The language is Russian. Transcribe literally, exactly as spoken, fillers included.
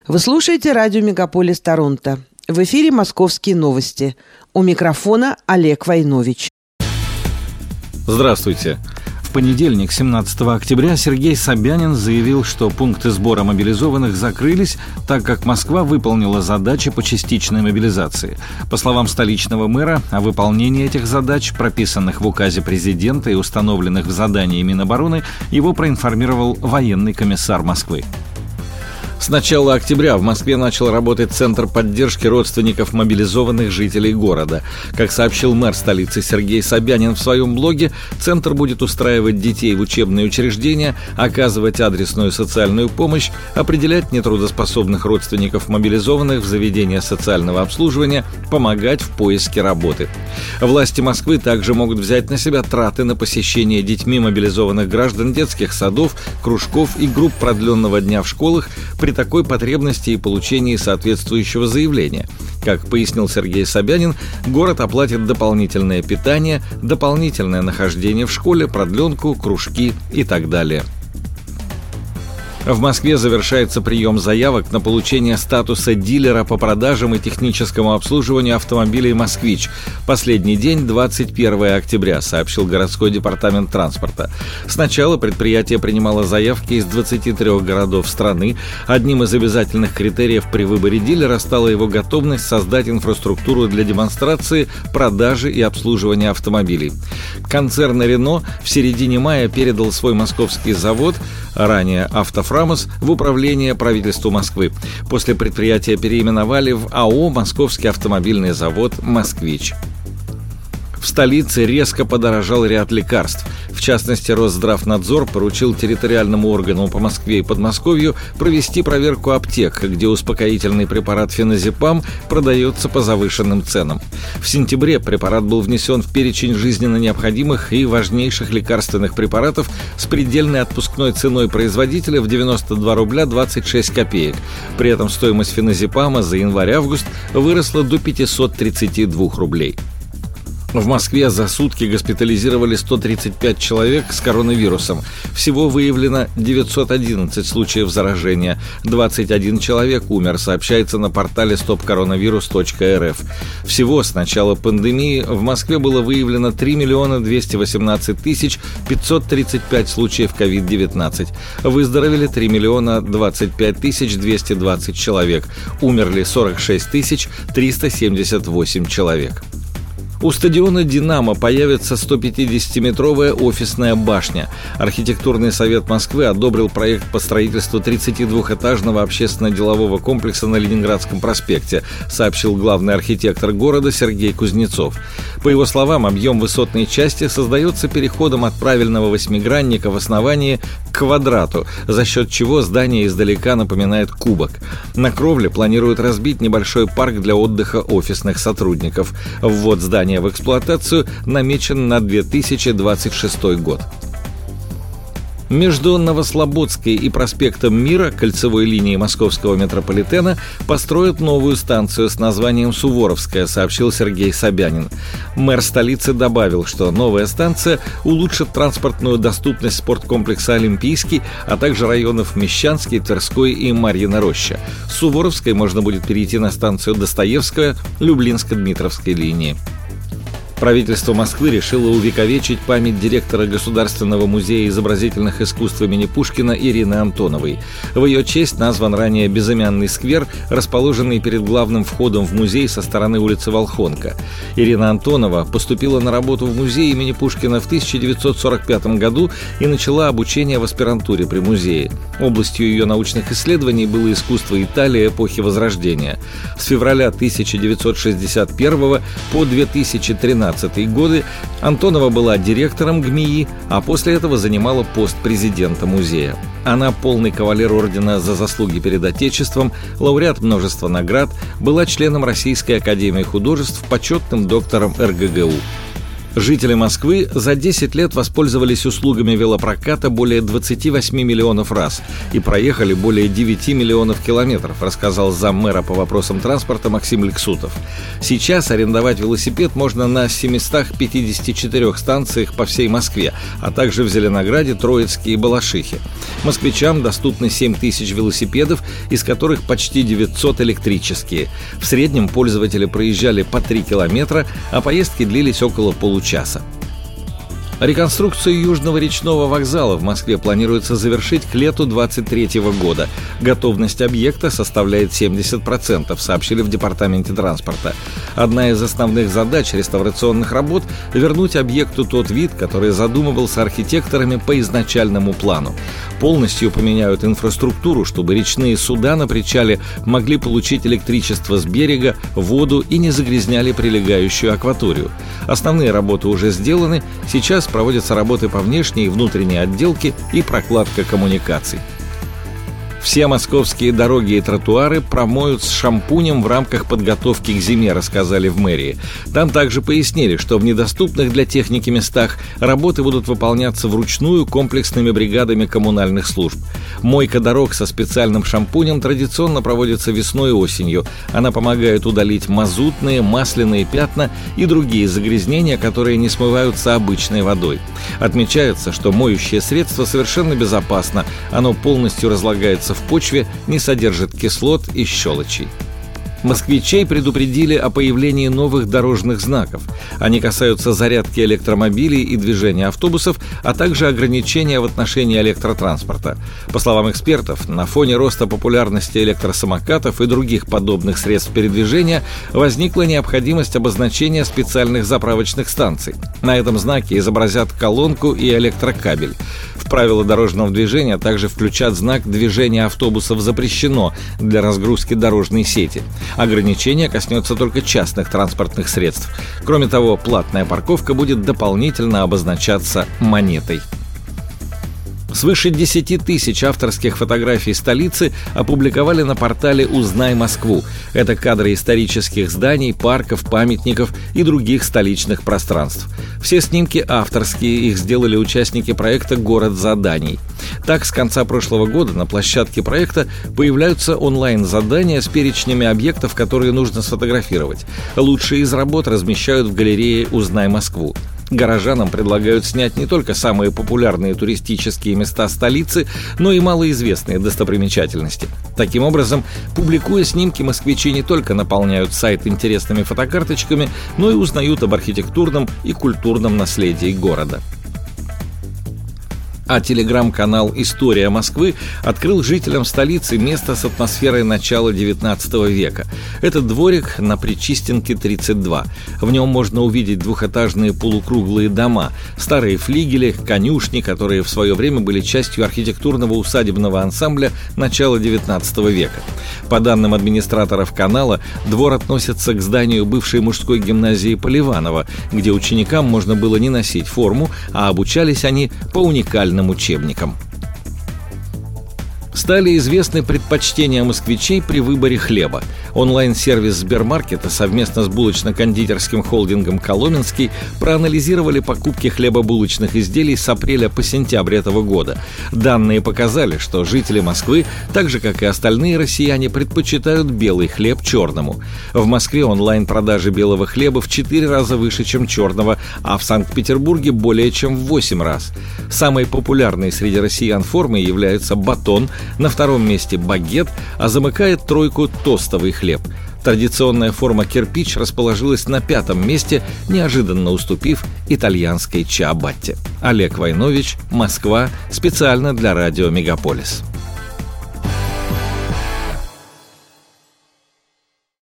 Вы слушаете радио «Мегаполис Торонто». В эфире «Московские новости». У микрофона Олег Войнович. Здравствуйте. В понедельник, семнадцатого октября, Сергей Собянин заявил, что пункты сбора мобилизованных закрылись, так как Москва выполнила задачи по частичной мобилизации. По словам столичного мэра, о выполнении этих задач, прописанных в указе президента и установленных в задании Минобороны, его проинформировал военный комиссар Москвы. С начала октября в Москве начал работать Центр поддержки родственников мобилизованных жителей города. Как сообщил мэр столицы Сергей Собянин в своем блоге, Центр будет устраивать детей в учебные учреждения, оказывать адресную социальную помощь, определять нетрудоспособных родственников мобилизованных в заведения социального обслуживания, помогать в поиске работы. Власти Москвы также могут взять на себя траты на посещение детьми мобилизованных граждан детских садов, кружков и групп продленного дня в школах при такой потребности и получении соответствующего заявления. Как пояснил Сергей Собянин, город оплатит дополнительное питание, дополнительное нахождение в школе, продленку, кружки и так далее. В Москве завершается прием заявок на получение статуса дилера по продажам и техническому обслуживанию автомобилей «Москвич». Последний день – двадцать первого октября, сообщил городской департамент транспорта. Сначала предприятие принимало заявки из двадцати трёх городов страны. Одним из обязательных критериев при выборе дилера стала его готовность создать инфраструктуру для демонстрации, продажи и обслуживания автомобилей. Концерн «Рено» в середине мая передал свой московский завод, ранее «Автофрам», в управление правительству Москвы. После предприятия переименовали в АО «Московский автомобильный завод «Москвич». В столице резко подорожал ряд лекарств. В частности, Росздравнадзор поручил территориальному органу по Москве и Подмосковью провести проверку аптек, где успокоительный препарат феназепам продается по завышенным ценам. В сентябре препарат был внесен в перечень жизненно необходимых и важнейших лекарственных препаратов с предельной отпускной ценой производителя в девяносто два рубля двадцать шесть копеек. При этом стоимость феназепама за январь-август выросла до пятьсот тридцать два рублей. В Москве за сутки госпитализировали сто тридцать пять человек с коронавирусом. Всего выявлено девятьсот одиннадцать случаев заражения. двадцать один человек умер, сообщается на портале стоп коронавирус точка эр эф. Всего с начала пандемии в Москве было выявлено три миллиона двести восемнадцать тысяч пятьсот тридцать пять случаев ковид девятнадцать. Выздоровели три миллиона двадцать пять тысяч двести двадцать человек. Умерли сорок шесть тысяч триста семьдесят восемь человек. У стадиона «Динамо» появится сто пятидесятиметровая офисная башня. Архитектурный совет Москвы одобрил проект по строительству тридцатидвухэтажного общественно-делового комплекса на Ленинградском проспекте, сообщил главный архитектор города Сергей Кузнецов. По его словам, объем высотной части создается переходом от правильного восьмигранника в основании к квадрату, за счет чего здание издалека напоминает кубок. На кровле планируют разбить небольшой парк для отдыха офисных сотрудников. Ввод здания в эксплуатацию намечен на две тысячи двадцать шестой год. Между Новослободской и проспектом Мира, кольцевой линией московского метрополитена, построят новую станцию с названием «Суворовская», сообщил Сергей Собянин. Мэр столицы добавил, что новая станция улучшит транспортную доступность спорткомплекса «Олимпийский», а также районов Мещанский, Тверской и Марьина Роща. С Суворовской можно будет перейти на станцию Достоевская, Люблинско-Дмитровской линии. Правительство Москвы решило увековечить память директора Государственного музея изобразительных искусств имени Пушкина Ирины Антоновой. В ее честь назван ранее безымянный сквер, расположенный перед главным входом в музей со стороны улицы Волхонка. Ирина Антонова поступила на работу в музей имени Пушкина в тысяча девятьсот сорок пятом году и начала обучение в аспирантуре при музее. Областью ее научных исследований было искусство Италии эпохи Возрождения. С февраля тысяча девятьсот шестьдесят первого по две тысячи тринадцатый годы Антонова была директором ГМИИ, а после этого занимала пост президента музея. Она полный кавалер ордена за заслуги перед Отечеством, лауреат множества наград, была членом Российской академии художеств, почетным доктором эр гэ гэ у. Жители Москвы за десять лет воспользовались услугами велопроката более двадцати восьми миллионов раз и проехали более девяти миллионов километров, рассказал заммэра по вопросам транспорта Максим Лексутов. Сейчас арендовать велосипед можно на семистах пятидесяти четырёх станциях по всей Москве, а также в Зеленограде, Троицке и Балашихе. Москвичам доступны семь тысяч велосипедов, из которых почти девятьсот электрические. В среднем пользователи проезжали по три километра, а поездки длились около получаса. часа. Реконструкцию Южного речного вокзала в Москве планируется завершить к лету двадцать третьего года. Готовность объекта составляет семьдесят процентов, сообщили в Департаменте транспорта. Одна из основных задач реставрационных работ – вернуть объекту тот вид, который задумывался архитекторами по изначальному плану. Полностью поменяют инфраструктуру, чтобы речные суда на причале могли получить электричество с берега, воду и не загрязняли прилегающую акваторию. Основные работы уже сделаны, сейчас проводятся работы по внешней и внутренней отделке и прокладка коммуникаций. Все московские дороги и тротуары промоют с шампунем в рамках подготовки к зиме, рассказали в мэрии. Там также пояснили, что в недоступных для техники местах работы будут выполняться вручную комплексными бригадами коммунальных служб. Мойка дорог со специальным шампунем традиционно проводится весной и осенью. Она помогает удалить мазутные, масляные пятна и другие загрязнения, которые не смываются обычной водой. Отмечается, что моющее средство совершенно безопасно. Оно полностью разлагается в почве, не содержит кислот и щелочей. Москвичей предупредили о появлении новых дорожных знаков. Они касаются зарядки электромобилей и движения автобусов, а также ограничения в отношении электротранспорта. По словам экспертов, на фоне роста популярности электросамокатов и других подобных средств передвижения возникла необходимость обозначения специальных заправочных станций. На этом знаке изобразят колонку и электрокабель. В правила дорожного движения также включат знак «Движение автобусов запрещено» для разгрузки дорожной сети. Ограничение коснется только частных транспортных средств. Кроме того, платная парковка будет дополнительно обозначаться монетой. Свыше десяти тысяч авторских фотографий столицы опубликовали на портале «Узнай Москву». Это кадры исторических зданий, парков, памятников и других столичных пространств. Все снимки авторские, их сделали участники проекта «Город заданий». Так, с конца прошлого года на площадке проекта появляются онлайн-задания с перечнями объектов, которые нужно сфотографировать. Лучшие из работ размещают в галерее «Узнай Москву». Горожанам предлагают снять не только самые популярные туристические места столицы, но и малоизвестные достопримечательности. Таким образом, публикуя снимки, москвичи не только наполняют сайт интересными фотокарточками, но и узнают об архитектурном и культурном наследии города. А телеграм-канал «История Москвы» открыл жителям столицы место с атмосферой начала девятнадцатого века. Это дворик на Причистенке, тридцать два. В нем можно увидеть двухэтажные полукруглые дома, старые флигели, конюшни, которые в свое время были частью архитектурного усадебного ансамбля начала девятнадцатого века. По данным администраторов канала, двор относится к зданию бывшей мужской гимназии Поливанова, где ученикам можно было не носить форму, а обучались они по уникальному учебникам. Стали известны предпочтения москвичей при выборе хлеба. Онлайн-сервис Сбермаркета совместно с булочно-кондитерским холдингом «Коломенский» проанализировали покупки хлебобулочных изделий с апреля по сентябрь этого года. Данные показали, что жители Москвы, так же как и остальные россияне, предпочитают белый хлеб черному. В Москве онлайн-продажи белого хлеба в четыре раза выше, чем черного, а в Санкт-Петербурге более чем в восемь раз. Самой популярной среди россиян формой является батон, на втором месте багет, а замыкает тройку тостовый хлеб. Традиционная форма кирпич расположилась на пятом месте, неожиданно уступив итальянской чиабатте. Олег Войнович, Москва, специально для радио «Мегаполис».